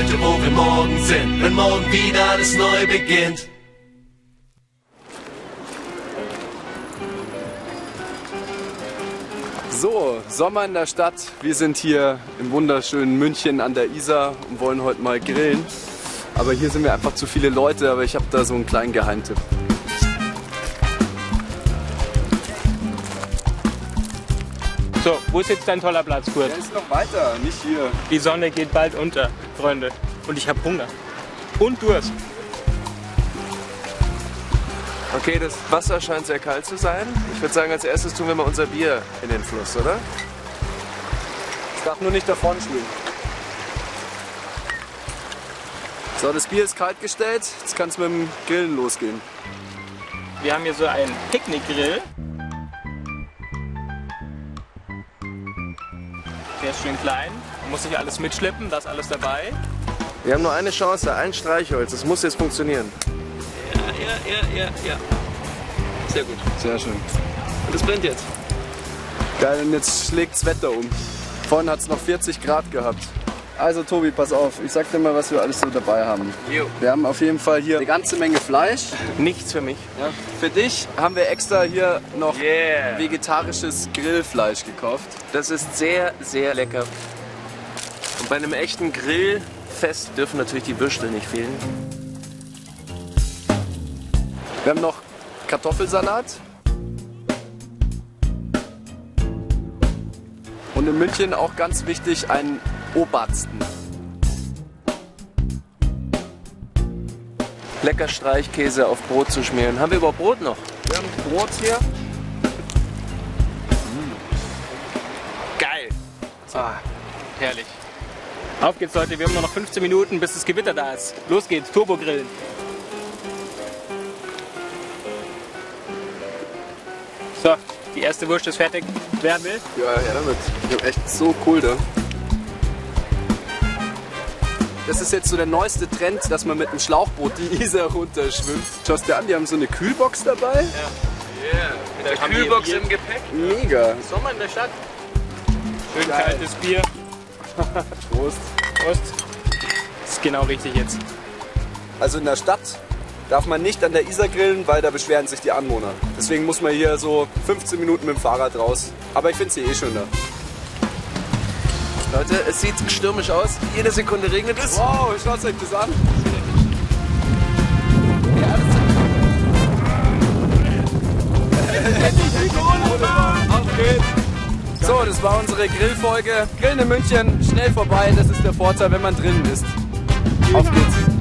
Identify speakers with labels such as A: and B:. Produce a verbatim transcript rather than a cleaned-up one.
A: heute, wo wir morgen sind, wenn morgen wieder alles neu beginnt.
B: So, Sommer in der Stadt. Wir sind hier im wunderschönen München an der Isar und wollen heute mal grillen. Aber hier sind wir einfach zu viele Leute, aber ich habe da so einen kleinen Geheimtipp.
C: So, wo ist jetzt dein toller Platz, Kurt?
B: Der ist noch weiter, nicht hier.
C: Die Sonne geht bald unter, Freunde. Und ich habe Hunger. Und Durst.
D: Okay, das Wasser scheint sehr kalt zu sein. Ich würde sagen, als erstes tun wir mal unser Bier in den Fluss, oder?
B: Es darf nur nicht davon schwimmen. So, das Bier ist kalt gestellt. Jetzt kann es mit dem Grillen losgehen.
C: Wir haben hier so einen Picknickgrill. Der ist schön klein. Man muss nicht alles mitschleppen, da ist alles dabei.
D: Wir haben nur eine Chance, ein Streichholz. Das muss jetzt funktionieren.
C: Ja, ja, ja, ja. Sehr gut.
B: Sehr schön.
C: Und es brennt jetzt.
B: Geil, und jetzt schlägt das Wetter um. Vorhin hat es noch vierzig Grad gehabt. Also Tobi, pass auf, ich sag dir mal, was wir alles so dabei haben.
C: Jo.
B: Wir haben auf jeden Fall hier eine ganze Menge Fleisch.
C: Nichts für mich.
B: Ja. Für dich haben wir extra hier noch
C: Yeah.
B: vegetarisches Grillfleisch gekauft.
D: Das ist sehr, sehr lecker. Und bei einem echten Grillfest dürfen natürlich die Würstel nicht fehlen.
B: Wir haben noch Kartoffelsalat. Und in München auch ganz wichtig ein Obersten.
D: Lecker Streichkäse auf Brot zu schmieren. Haben wir überhaupt Brot noch?
B: Wir haben Brot hier.
C: Geil. Ah, herrlich. Auf geht's, Leute. Wir haben nur noch fünfzehn Minuten, bis das Gewitter da ist. Los geht's, Turbogrillen. So, die erste Wurst ist fertig. Wer will?
B: Ja, ja, damit. Ich hab echt so cool da. Das ist jetzt so der neueste Trend, dass man mit einem Schlauchboot die Isar runterschwimmt. Schau dir an, die haben so eine Kühlbox dabei.
C: Ja. Yeah. Mit der
D: Kühlbox im Gepäck.
B: Mega.
C: Sommer in der Stadt. Schön
B: Geil.
C: kaltes Bier.
B: Prost.
C: Prost. Das ist genau richtig jetzt.
B: Also in der Stadt darf man nicht an der Isar grillen, weil da beschweren sich die Anwohner. Deswegen muss man hier so fünfzehn Minuten mit dem Fahrrad raus. Aber ich finde es hier eh schön da.
D: Leute, es sieht stürmisch aus. Jede Sekunde regnet es.
B: Wow, schaut euch das an. Auf geht's. So, das war unsere Grillfolge. Grillen in München, schnell vorbei. Das ist der Vorteil, wenn man drinnen ist. Auf geht's.